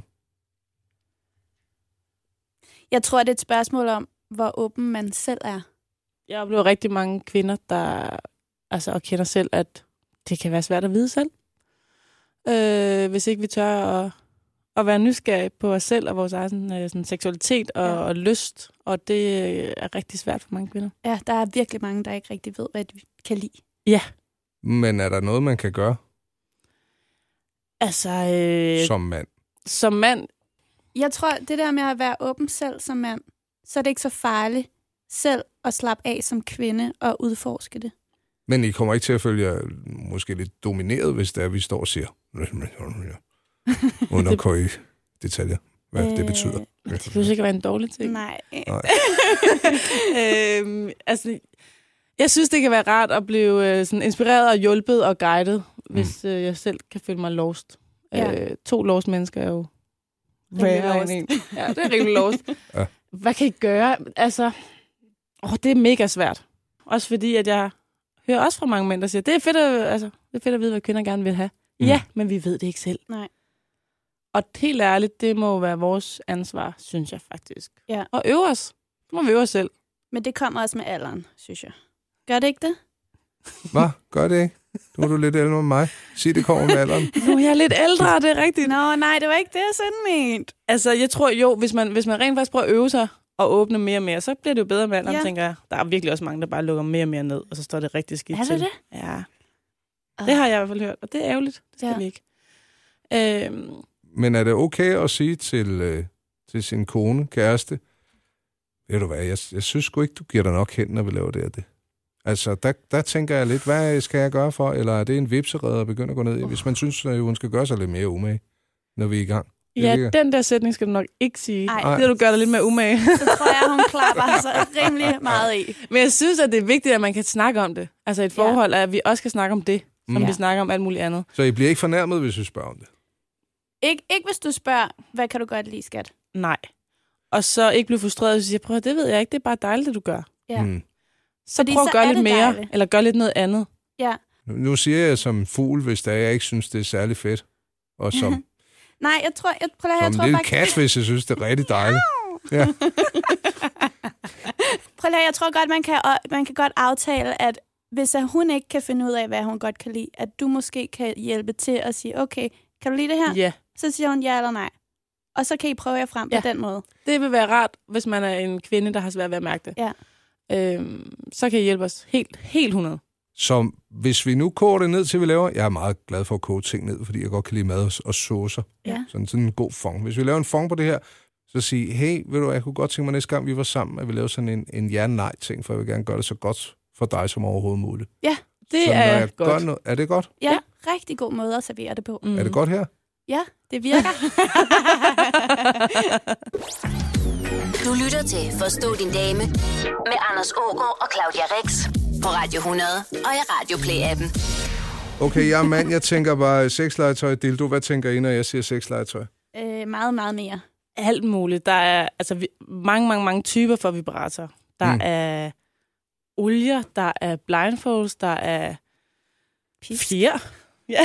Jeg tror, det er et spørgsmål om, hvor åben man selv er. Jeg oplever rigtig mange kvinder, der altså, og kender selv, at det kan være svært at vide selv. Øh, hvis ikke vi tør at, at være nysgerrige på os selv og vores egen sådan, seksualitet og, ja. og lyst. Og det er rigtig svært for mange kvinder. Ja, der er virkelig mange, der ikke rigtig ved, hvad de kan lide. Ja. Men er der noget, man kan gøre? Altså... Øh, som mand? Som mand? Jeg tror, det der med at være åben selv som mand, så er det ikke så farligt selv at slappe af som kvinde og udforske det. Men I kommer ikke til at følge jer måske lidt domineret, hvis det er, vi står og siger, uden at køje detaljer, hvad øh, det betyder. Det behøver ikke være en dårlig ting. Nej. Nej. øhm, altså, jeg synes, det kan være rart at blive sådan inspireret og hjulpet og guidet, mm. hvis øh, jeg selv kan føle mig lost. Ja. Øh, to lost mennesker er jo værre end en. Ja, det er rigtig lost. Ja. Hvad kan I gøre? Altså, åh, det er mega svært. Også fordi, at jeg hører også fra mange mænd, der siger, det er fedt at, altså, det er fedt at vide, hvad kvinder gerne vil have. Mm. Ja, men vi ved det ikke selv. Nej. Og helt ærligt, det må være vores ansvar, synes jeg faktisk. Ja. Og øve os. Så må vi øve os selv. Men det kommer også med alderen, synes jeg. Gør det ikke det? Hvad? Gør det ikke? Nu er du lidt ældre end mig. Sig, det kommer med alderen. Nu er jeg lidt ældre, det er rigtigt. Nå, nej, det var ikke det, jeg sådan ment. Altså, jeg tror jo, hvis man, hvis man rent faktisk prøver at øve sig og åbne mere og mere, så bliver det jo bedre med alderen, ja. tænker jeg. Der er virkelig også mange, der bare lukker mere og mere ned, og så står det rigtig skidt til. Er det det? Ja. Det har jeg i hvert fald hørt, og det er ærgerligt. Det skal ja. vi ikke. Øhm. Men er det okay at sige til, øh, til sin kone, kæreste, ved du hvad, jeg, jeg synes sgu ikke, du giver dig nok hen, når vi laver det og det. Altså, der, der tænker jeg lidt, hvad skal jeg gøre for? Eller er det en vipserede at begynde at gå ned i? Hvis man synes, at hun skal gøre sig lidt mere umage, når vi er i gang. Ja, ligger. Den der sætning skal du nok ikke sige. Ej. Det du gør dig lidt mere umage. Så tror jeg, hun klapper så rimelig meget i. Men jeg synes, at det er vigtigt, at man kan snakke om det. Altså et forhold, ja. at vi også kan snakke om det, som mm. vi snakker om alt muligt andet. Så I bliver ikke fornærmet, hvis vi spørger om det? Ik- ikke hvis du spørger, hvad kan du godt lide, skat? Nej. Og så ikke blive frustreret, hvis du siger, prøv, det ved jeg ikke, det er bare dejligt, det du gør. Ja. Mm. Så prøv at gøre lidt mere, dejligt. Eller gør lidt noget andet. Ja. Nu siger jeg som fugl, hvis der jeg ikke synes, det er særlig fedt. Og som, Nej, jeg tror, jeg, prøv at, som jeg tror lille faktisk... kat, hvis jeg synes, det er rigtig dejligt. Ja. Prøv at, jeg tror godt, man kan, man kan godt aftale, at hvis hun ikke kan finde ud af, hvad hun godt kan lide, at du måske kan hjælpe til at sige, okay, kan du lide det her? Ja. Så siger hun ja eller nej. Og så kan I prøve jer frem ja. på den måde. Det vil være rart, hvis man er en kvinde, der har svært ved at mærke det. Ja. Øhm, så kan I hjælpe os helt, helt hundrede. Så hvis vi nu koger det ned til, vi laver... Jeg er meget glad for at koge ting ned, fordi jeg godt kan lide mad og, og saucer. Ja. Sådan, sådan en god fong. Hvis vi laver en fong på det her, så sige, hey, ved du, jeg kunne godt tænke mig næste gang, vi var sammen, at vi lavede sådan en, en ja-nej-ting, for jeg vil gerne gøre det så godt for dig som overhovedet muligt. Ja, det så, er godt. Noget, er det godt? Ja, ja, rigtig god måde at servere det på. Mm. Er det godt her? Ja, det virker. Du lytter til Forstå din dame med Anders Aagaard og Claudia Rex på Radio hundrede og i Radio Play-appen. Okay, jeg er mand, jeg tænker bare sexlegetøj, dildo. Hvad tænker I, når jeg siger sexlegetøj? Øh, meget, meget mere. Alt muligt. Der er altså vi, mange, mange, mange typer for vibrator. Der mm. er olier, der er blindfolds, der er Pisk. Fjer. Ja.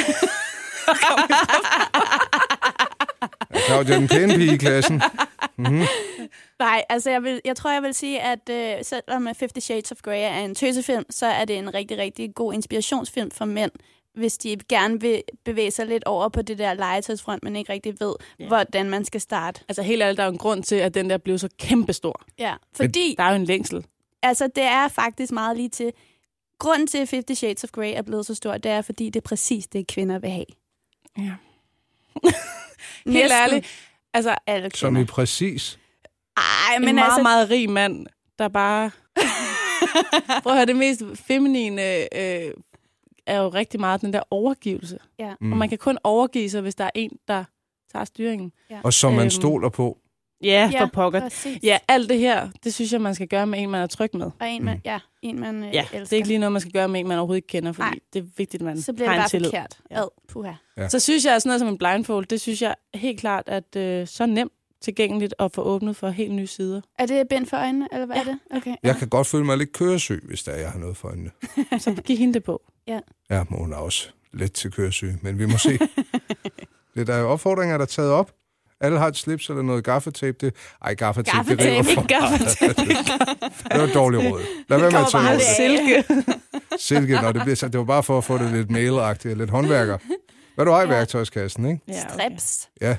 Claudia, den pæne pige i klassen. Mm-hmm. Nej, altså jeg, vil, jeg tror, jeg vil sige, at øh, selvom Fifty Shades of Grey er en tøsefilm, så er det en rigtig, rigtig god inspirationsfilm for mænd, hvis de gerne vil bevæge sig lidt over på det der legetøjsfront, men ikke rigtig ved, yeah. hvordan man skal starte. Altså helt ærligt, der er jo en grund til, at den der blev så kæmpestor. Ja, fordi der er jo en længsel. Altså, det er faktisk meget lige til. Grunden til, at Fifty Shades of Grey er blevet så stor, det er, fordi det er præcis det, kvinder vil have. Ja. Helt ærligt. Altså, alle som i præcis. Ej, men en meget, altså... meget rig mand, der bare... Prøv at høre, det mest feminine øh, er jo rigtig meget den der overgivelse. Ja. Mm. Og man kan kun overgive sig, hvis der er en, der tager styringen. Ja. Og som man stoler på. Ja, for ja, pokker. Præcis. Ja, alt det her, det synes jeg, man skal gøre med en, man er tryg med. Og en, man, mm. ja, en, man øh, ja, elsker. det er ikke lige noget, man skal gøre med en, man overhovedet ikke kender, fordi Ej. det er vigtigt, at man så bliver har det en tillid. forkert. Ja. Puha. Ja. Så synes jeg, at sådan noget som en blindfold, det synes jeg helt klart, at øh, så nemt tilgængeligt at få åbnet for helt nye sider. Er det bind for øjnene, eller hvad ja. er det? Okay. Jeg kan godt føle mig lidt køresyg, hvis der er, jeg har noget for øjnene. Så giv hende det på. Ja. Ja, må hun er også lidt til køresyg, men vi må se. Det der er opfordringer, der er taget op. Alle har et slips eller noget gaffetape. Det... Ej, gaffetape, gaffetape det river for gaffetape. Det var et dårligt råd. Lad være med at tage noget. Silke. Silke, når det bliver så. Det var bare for at få det lidt mailagtigt, lidt håndværker. Hvad du har i ja. værktøjskassen, ikke? Ja, okay. Strips. Ja.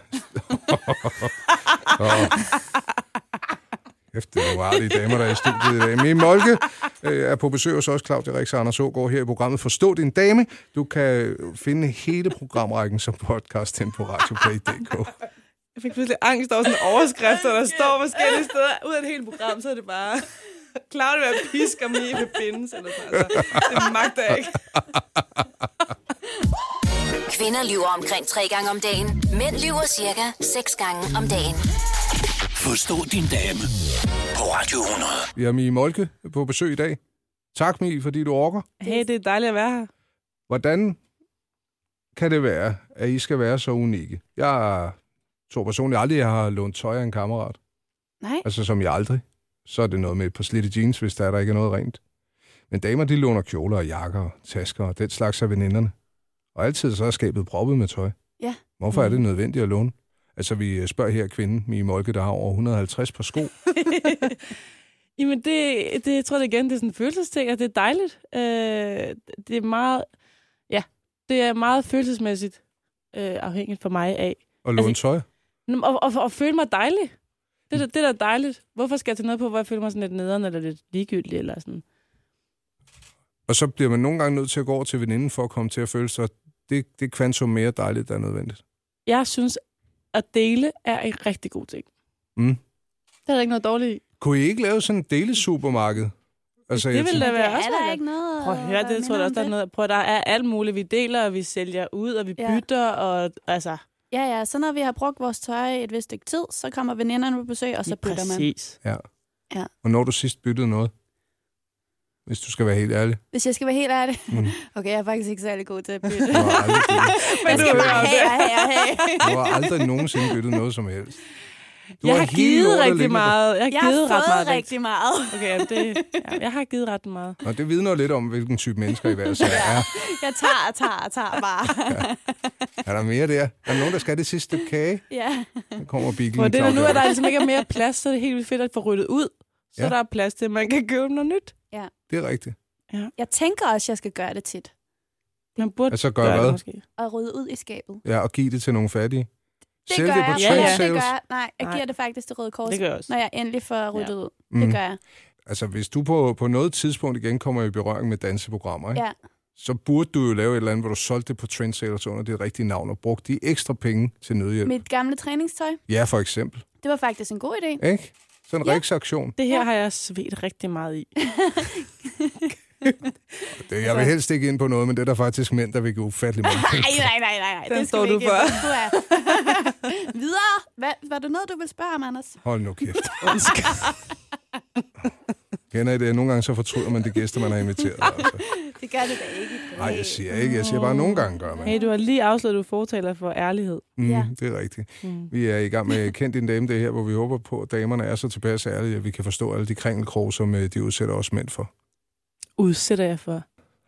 Efter det var de damer, der er i studiet i dag. Mie Molke øh, er på besøg hos os, Claudia Rix og Anders Aagaard her i programmet Forstå din dame. Du kan finde hele programrækken som podcast hen på radioplay punktum d k. Jeg fik pludselig angst over sådan overskrifter, der står forskellige steder. Ud af et helt program, så er det bare... Claudia vil have pisk, og Mie vil bindes. Eller sådan. Altså, det magter jeg ikke. Kvinder lyver omkring tre gange om dagen. Mænd lyver cirka seks gange om dagen. Forstå din dame på Radio hundrede. Vi har Mie Molke på besøg i dag. Tak, Mie, fordi du orker. Hey, det er dejligt at være her. Hvordan kan det være, at I skal være så unikke? Jeg tror personligt aldrig, jeg har lånt tøj af en kammerat. Nej. Altså som jeg aldrig. Så er det noget med et par slidte jeans, hvis der, er, der ikke er noget rent. Men damer, de låner kjoler og jakker og tasker og den slags af veninderne. Og altid så er skabet proppet med tøj. Ja. Hvorfor mm. er det nødvendigt at låne? Altså, vi spørger her kvinden, Mie Molke, der har over et hundrede og halvtreds par sko. Jamen, det, det jeg tror jeg igen, det er sådan en følelsesting, og det er dejligt. Øh, det er meget, ja, det er meget følelsesmæssigt øh, afhængigt for mig af. Og låne altså, tøj? Og, og, og føle mig dejlig. Det, det, det er da dejligt. Hvorfor skal jeg tage noget på, hvor jeg føler mig sådan lidt nederen, eller lidt ligegyldig, eller sådan. Og så bliver man nogle gange nødt til at gå over til veninden for at komme til at føle sig, det, det kvantum mere dejligt, der er nødvendigt. Jeg synes, at dele er en rigtig god ting. Mm. Det er der ikke noget dårligt i. Kunne I ikke lave sådan en delesupermarked? Altså, det ville da være også. Er der ikke noget? Prøv at høre, det tror jeg også, der er noget. Prøv, der er alt muligt. Vi deler, og vi sælger ud, og vi bytter, ja. og altså... Ja, ja, så når vi har brugt vores tøj et vist stykke tid, så kommer veninderne på besøg, og så bytter man. Præcis. Ja. ja. Og når du sidst byttede noget? Hvis du skal være helt ærlig. Hvis jeg skal være helt ærlig? Mm. Okay, jeg er faktisk ikke særlig god til at bytte. Du har aldrig, Men du skal bare have, have, have. Du har aldrig nogensinde byttet noget som helst. Du jeg har givet rigtig meget. Jeg har, jeg givet har ret fået meget rigtig meget. Okay, det, ja, jeg har givet ret meget. Og det vidner lidt om, hvilken type mennesker I hver sag er. Jeg tager og tager og tager bare. Ja. Er der mere der? Er der nogen, der skal det sidste stykke kage? Ja. Der kommer bilen. For det er nu, at der ligesom ikke er mere plads, så er det helt vildt fedt at få ryddet ud. Så ja. der er plads til, at man kan købe noget nyt. Ja. Det er rigtigt. Ja. Jeg tænker også, at jeg skal gøre det tit. Man burde altså gøre hvad? Det, måske. Og rydde ud i skabet. Ja, og give det til nogle fattige. Det Sælge gør jeg. På ja, ja. Det gør jeg. Nej, jeg giver Nej. det faktisk til Røde Kors, det gør jeg også. når jeg endelig får ryddet ja. ud. Det mm. gør jeg. Altså, hvis du på, på noget tidspunkt igen kommer i berøring med danseprogrammer, ikke? Ja. så burde du jo lave et eller andet, hvor du solgte det på Trendsales under det rigtige navn og brugte de ekstra penge til nødhjælp. Mit gamle træningstøj? Ja, for eksempel. Det var faktisk en god idé. Ikke? Sådan en ja. riksaktion. Det her ja. har jeg svedt rigtig meget i. Det, jeg vil helst ikke ind på noget, men det er der faktisk mænd, der vil give ufattelig mange penge. Nej, nej, nej, nej. Den det står du for. Videre. Hvad, var det noget, du vil spørge om, Anders? Hold nu kæft. Kender I det? Nogle gange så fortryder man de gæster, man har inviteret. Altså. Det gør det da ikke. Nej, jeg siger ikke. Jeg siger bare, at nogle gange gør man. Hey, du har lige afsløret, at du fortaler for ærlighed. Mm, ja. Det er rigtigt. Mm. Vi er i gang med Kend din dame, det her, hvor vi håber på, at damerne er så tilpas ærlige, at vi kan forstå alle de kringelkrog, som de udsætter os mænd for. Udsætter jeg for?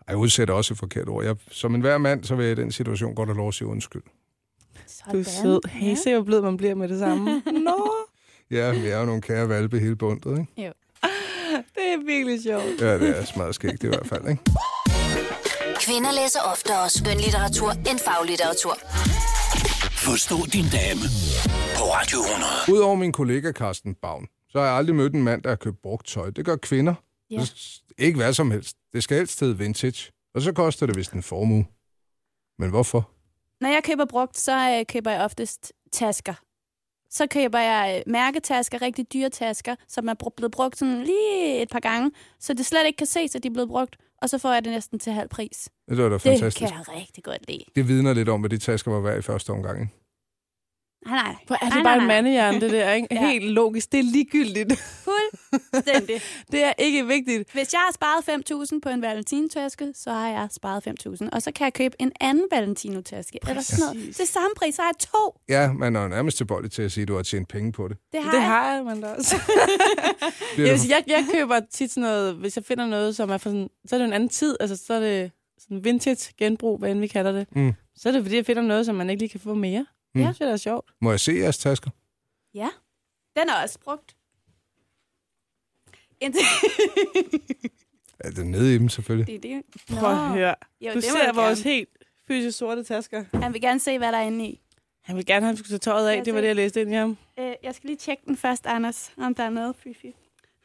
Jeg udsætter også et forkert ord. Jeg, som enhver mand, så vil jeg i den situation godt have lov at sige undskyld. Du er sød. Hey, se hvor blød man bliver med det samme. Nå. Ja, vi er jo nogle kære valpe hele bundet, ikke? Jo. Det er virkelig sjovt. Ja, det er smadret skægt i hvert fald, ikke? Kvinder læser oftere skønlitteratur end faglitteratur. Forstå din dame på Radio hundrede. Udover min kollega Carsten Baum, så har jeg aldrig mødt en mand, der har købt brugt tøj. Det gør kvinder. Ja. Det, ikke hvad som helst. Det skal helst hedde vintage. Og så koster det vist en formue. Men hvorfor? Når jeg køber brugt, så øh, køber jeg oftest tasker. Så køber jeg øh, mærketasker, rigtig dyre tasker, som er br- blevet brugt sådan lige et par gange, så det slet ikke kan ses, at de er blevet brugt. Og så får jeg det næsten til halv pris. Det var da Det fantastisk. kan jeg rigtig godt lide. Det vidner lidt om, hvad de tasker var værd i første omgang, ikke? Nej, nej. Hvor er Nej, det bare nej, en nej. mandehjerne, det der, ikke? Ja. Helt logisk. Det er ligegyldigt. Fuldstændig. Det er ikke vigtigt. Hvis jeg har sparet fem tusind på en Valentino-taske, så har jeg sparet fem tusind. Og så kan jeg købe en anden Valentino-taske. Eller sådan noget. Det samme pris, så har jeg to. Ja, man er jo nærmest tilbøjelig til at sige, at du har tjent penge på det. Det har Det jeg. har jeg, man da også. Bliver Jeg, vil det sige, jeg, jeg køber tit sådan noget, hvis jeg finder noget, som er for sådan, så er det en anden tid, altså så er det sådan vintage genbrug, hvad end vi kalder det. Mm. Så er det, fordi jeg finder noget, som man ikke lige kan få mere. Mm. Ja, det er da sjovt. Må jeg se jeres tasker? Ja, den er også brugt. Indtil... Ja, det er nede i dem, selvfølgelig. det er det. Prøv at høre. Jo, Du det må ser jeg vores gerne. helt fysisk sorte tasker. Han vil gerne se, hvad der er inde i. Han vil gerne have, at vi skulle tage tøjet af. Jeg Det var ser. det, jeg læste ind i ham. Øh, jeg skal lige tjekke den først, Anders, om der er noget. Fy, fy.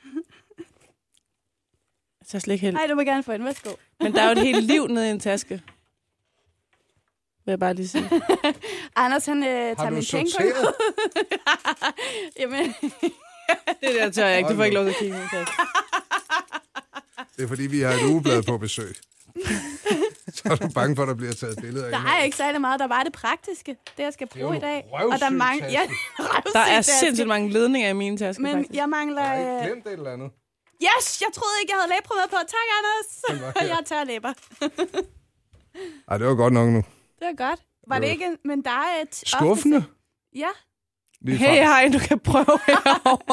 Jeg tager slet ikke helt. Ej, du må gerne få den. Værsgo. Men der er jo et helt liv nede i en taske. Vil jeg bare lige sige. Anders, han øh, tager Har du min penge på. sorteret? Jamen, Det der tør jeg ikke. Du får ikke lov til at kigge i min taske. Det er fordi, vi har et ugeblad på besøg. Så er du bange for, at der bliver taget billeder af der er ikke særlig meget. Der var det praktiske, det jeg skal Det er jo bruge i en dag. røvsyg Og der mangler... Ja, Der er røvsyg taske. sindssygt mange ledninger i mine tasker, Men faktisk. jeg mangler... Jeg har øh, ikke glemt et eller andet. Yes, jeg troede ikke, jeg havde læbeprodder på. Tak, Den var Anders. her. Jeg har tørre læber. Ej, det var godt nok nu. Det var godt. Var Det det var- ikke... Men der er et... Skuffende. Ofte... Ja, Lige Hey, frem. hej, du kan prøve herovre.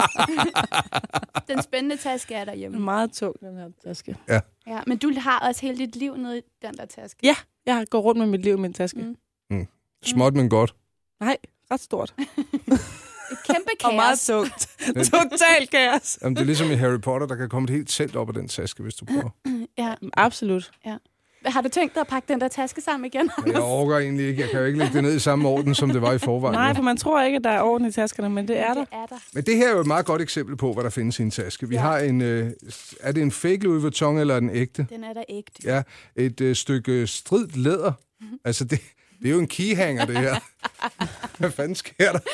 den spændende taske er Den derhjemme. er meget tung, den her taske. Ja, men du har også hele dit liv nede i den der taske. Ja, jeg går rundt med mit liv i min taske. Mm. Småt, men godt. Nej, ret stort. Et kæmpe kaos. Og meget tungt. Totalt kaos. Jamen, det er ligesom i Harry Potter, der kan komme et helt telt op af den taske, hvis du prøver. Ja. Absolut. Har du tænkt dig at pakke den der taske sammen igen? Men jeg overgår egentlig ikke. Jeg kan jo ikke lægge det ned i samme orden, som det var i forvejen. Nej, for man tror ikke, at der er orden i taskerne, men det er der. Det er der. Men det her er jo et meget godt eksempel på, hvad der findes i en taske. Vi Ja. har en... Øh, er det en fake Louis Vuitton, eller er den ægte? Den er der ægte. Ja, et øh, stykke stridt læder. Mhm. Altså, det, det er jo en keyhanger, det her. Hvad fanden sker der?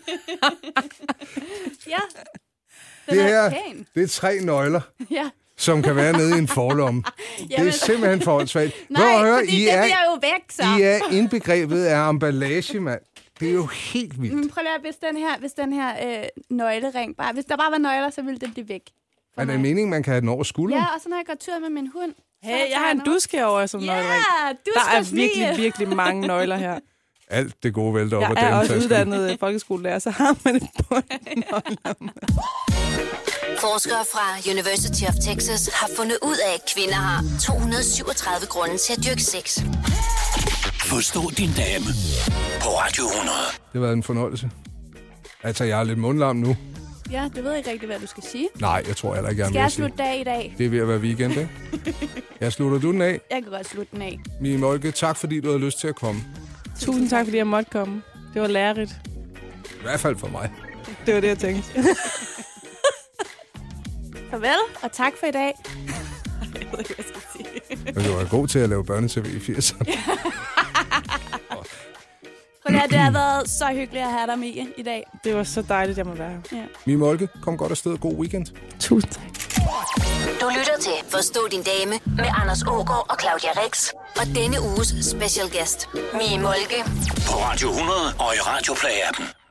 Ja. Den Det er her, pæn. det er tre nøgler, Ja. som kan være nede i en forlomme. Det er Jamen, simpelthen for åndssvagt. nej, Prøv at høre, fordi I det er, bliver jo væk, så. I er indbegrebet af emballage, mand. Det er jo helt vildt. Men prøv lige at, hvis den her, hvis den her øh, nøglering bare... Hvis der bare var nøgler, så ville det blive væk. for Er det mig. meningen, man kan have den over skulderen? Ja, og så når jeg går tur med min hund... så Hey, jeg tager har en noget. dusk herovre som Ja, nøglering. du Der skal er virkelig, virkelig mange nøgler her. Alt det gode vælter op af Jeg er den også taske. uddannet folkeskolelærer, så har man et bundt nøgler med. Forskere fra University of Texas har fundet ud af, at kvinder har to hundrede og syvogtredive grunde til at dyrke sex. Forstå din dame på Radio hundrede. Det har været en fornøjelse. Altså, jeg er lidt mundlam nu. Ja, du ved ikke rigtig, hvad du skal sige. Nej, jeg tror heller ikke, jeg Skal er med jeg at sige. slutte dag i dag? Det er ved at være weekend, ikke? Jeg slutter du den af. Jeg kan godt slutte den af. Mie Molke, tak fordi du havde lyst til at komme. Tusind tak, fordi jeg måtte komme. Det var lærerigt. I hvert fald for mig. Det var det, jeg tænkte. Farvel, og tak for i dag. Jeg ved ikke, hvad jeg skal sige. Men du var god til at lave børne-tv i firserne. Prøv lige, det har været så hyggeligt at have dig, Mie, i dag. Det var så dejligt, jeg må være her. Ja. Mie Molke, kom godt afsted. God weekend. Tusind tak. Du lytter til Forstå din dame med Anders Ågaard og Claudia Rex. Og denne uges special guest, Mie Molke. På Radio hundrede og i Radio Play-appen.